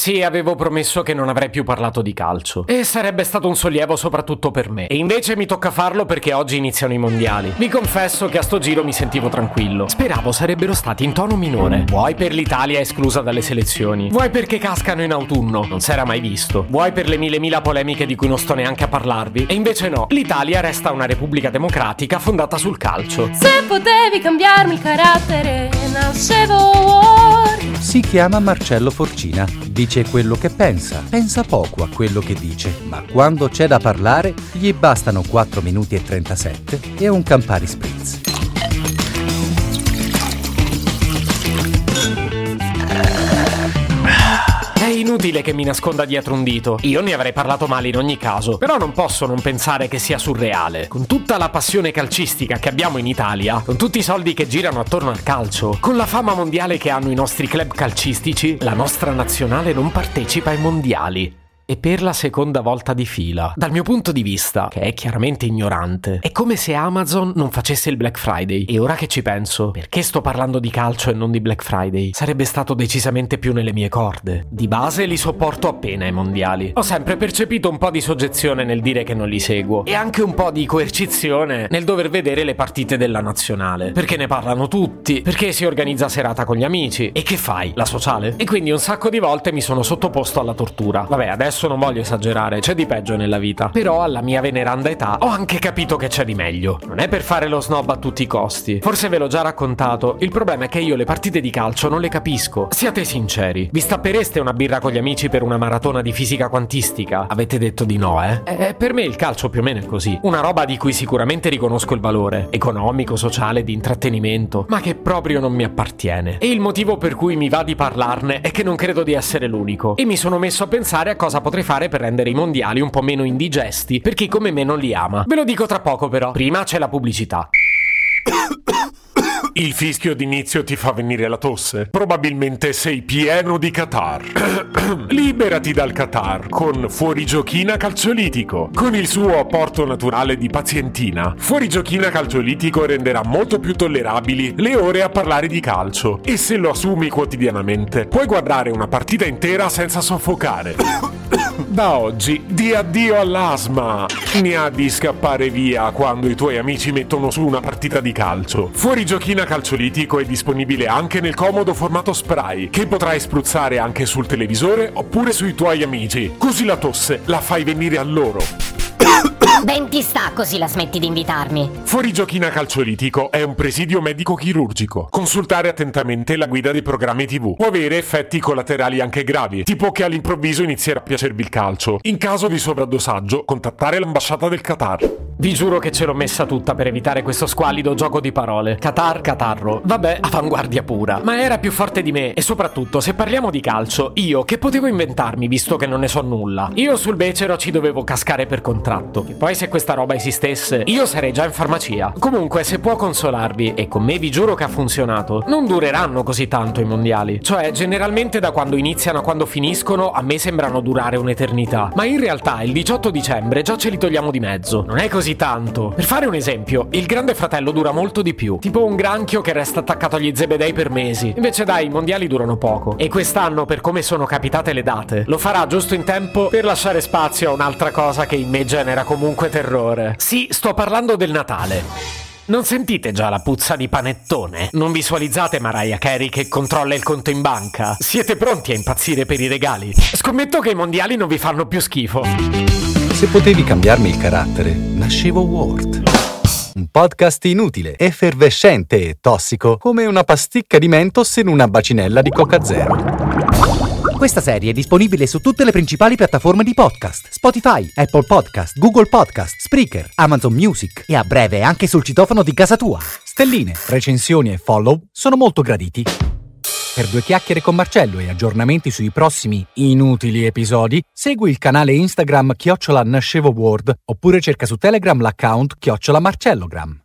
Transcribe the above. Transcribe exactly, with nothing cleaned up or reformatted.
Sì, avevo promesso che non avrei più parlato di calcio. E sarebbe stato un sollievo soprattutto per me. E invece mi tocca farlo perché oggi iniziano i mondiali. Vi confesso che a sto giro mi sentivo tranquillo. Speravo sarebbero stati in tono minore. Vuoi per l'Italia esclusa dalle selezioni, vuoi perché cascano in autunno, non s'era mai visto, vuoi per le mille mila polemiche di cui non sto neanche a parlarvi. E invece no, l'Italia resta una repubblica democratica fondata sul calcio. Se potevi cambiarmi il carattere, nascevo Ward. Si chiama Marcello Forcina, dice quello che pensa, pensa poco a quello che dice, ma quando c'è da parlare gli bastano quattro minuti e trentasette e un Campari Spritz. È inutile che mi nasconda dietro un dito. Io ne avrei parlato male in ogni caso. Però non posso non pensare che sia surreale. Con tutta la passione calcistica che abbiamo in Italia, con tutti i soldi che girano attorno al calcio, con la fama mondiale che hanno i nostri club calcistici, la nostra nazionale non partecipa ai mondiali. E per la seconda volta di fila. Dal mio punto di vista, che è chiaramente ignorante, è come se Amazon non facesse il Black Friday. E ora che ci penso, perché sto parlando di calcio e non di Black Friday? Sarebbe stato decisamente più nelle mie corde. Di base li sopporto appena i mondiali. Ho sempre percepito un po' di soggezione nel dire che non li seguo, e anche un po' di coercizione nel dover vedere le partite della nazionale. Perché ne parlano tutti, perché si organizza serata con gli amici. E che fai? La sociale? E quindi un sacco di volte mi sono sottoposto alla tortura. Vabbè, adesso non voglio esagerare, c'è di peggio nella vita. Però alla mia veneranda età ho anche capito che c'è di meglio. Non è per fare lo snob a tutti i costi. Forse ve l'ho già raccontato. Il problema è che io le partite di calcio non le capisco. Siate sinceri. Vi stappereste una birra con gli amici per una maratona di fisica quantistica? Avete detto di no, eh? Eh, per me il calcio più o meno è così. Una roba di cui sicuramente riconosco il valore economico, sociale, di intrattenimento, ma che proprio non mi appartiene. E il motivo per cui mi va di parlarne è che non credo di essere l'unico. E mi sono messo a pensare a cosa potrei fare per rendere i mondiali un po' meno indigesti per chi come me non li ama. Ve lo dico tra poco però. Prima c'è la pubblicità. Il fischio d'inizio ti fa venire la tosse? Probabilmente sei pieno di catarro. Liberati dal catarro con Fuorigiochina Calciolitico. Con il suo apporto naturale di pazientina, Fuorigiochina Calciolitico renderà molto più tollerabili le ore a parlare di calcio. E se lo assumi quotidianamente, puoi guardare una partita intera senza soffocare. Da oggi, di addio all'asma. Ne ha di scappare via quando i tuoi amici mettono su una partita di calcio. Fuorigiochina Calciolitico è disponibile anche nel comodo formato spray, che potrai spruzzare anche sul televisore oppure sui tuoi amici. Così la tosse la fai venire a loro. Ben ti sta così la smetti di invitarmi. Fuorigiochina Calciolitico è un presidio medico-chirurgico. Consultare attentamente la guida dei programmi tivù. Può avere effetti collaterali anche gravi, tipo che all'improvviso inizierà a piacervi il calcio. In caso di sovradosaggio, contattare l'ambasciata del Qatar. Vi giuro che ce l'ho messa tutta per evitare questo squallido gioco di parole. Qatar, catarro. Vabbè, avanguardia pura. Ma era più forte di me. E soprattutto, se parliamo di calcio, io che potevo inventarmi visto che non ne so nulla? Io sul becero ci dovevo cascare per contratto. E poi se questa roba esistesse, io sarei già in farmacia. Comunque, se può consolarvi, e con me vi giuro che ha funzionato, non dureranno così tanto i mondiali. Cioè, generalmente da quando iniziano a quando finiscono, a me sembrano durare un'eternità. Ma in realtà il diciotto dicembre già ce li togliamo di mezzo. Non è così tanto. Per fare un esempio, il Grande Fratello dura molto di più. Tipo un granchio che resta attaccato agli zebedei per mesi. Invece dai, i mondiali durano poco. E quest'anno, per come sono capitate le date, lo farà giusto in tempo per lasciare spazio a un'altra cosa che in me genera comunque terrore. Sì, sto parlando del Natale. Non sentite già la puzza di panettone? Non visualizzate Mariah Carey che controlla il conto in banca? Siete pronti a impazzire per i regali? Scommetto che i mondiali non vi fanno più schifo. Se potevi cambiarmi il carattere, nascevo Ward. Un podcast inutile, effervescente e tossico, come una pasticca di Mentos in una bacinella di Coca Zero. Questa serie è disponibile su tutte le principali piattaforme di podcast: Spotify, Apple Podcast, Google Podcast, Spreaker, Amazon Music e a breve anche sul citofono di casa tua. Stelline, recensioni e follow sono molto graditi. Per due chiacchiere con Marcello e aggiornamenti sui prossimi inutili episodi, segui il canale Instagram chiocciola Nascevo Ward oppure cerca su Telegram l'account chiocciola Marcellogram.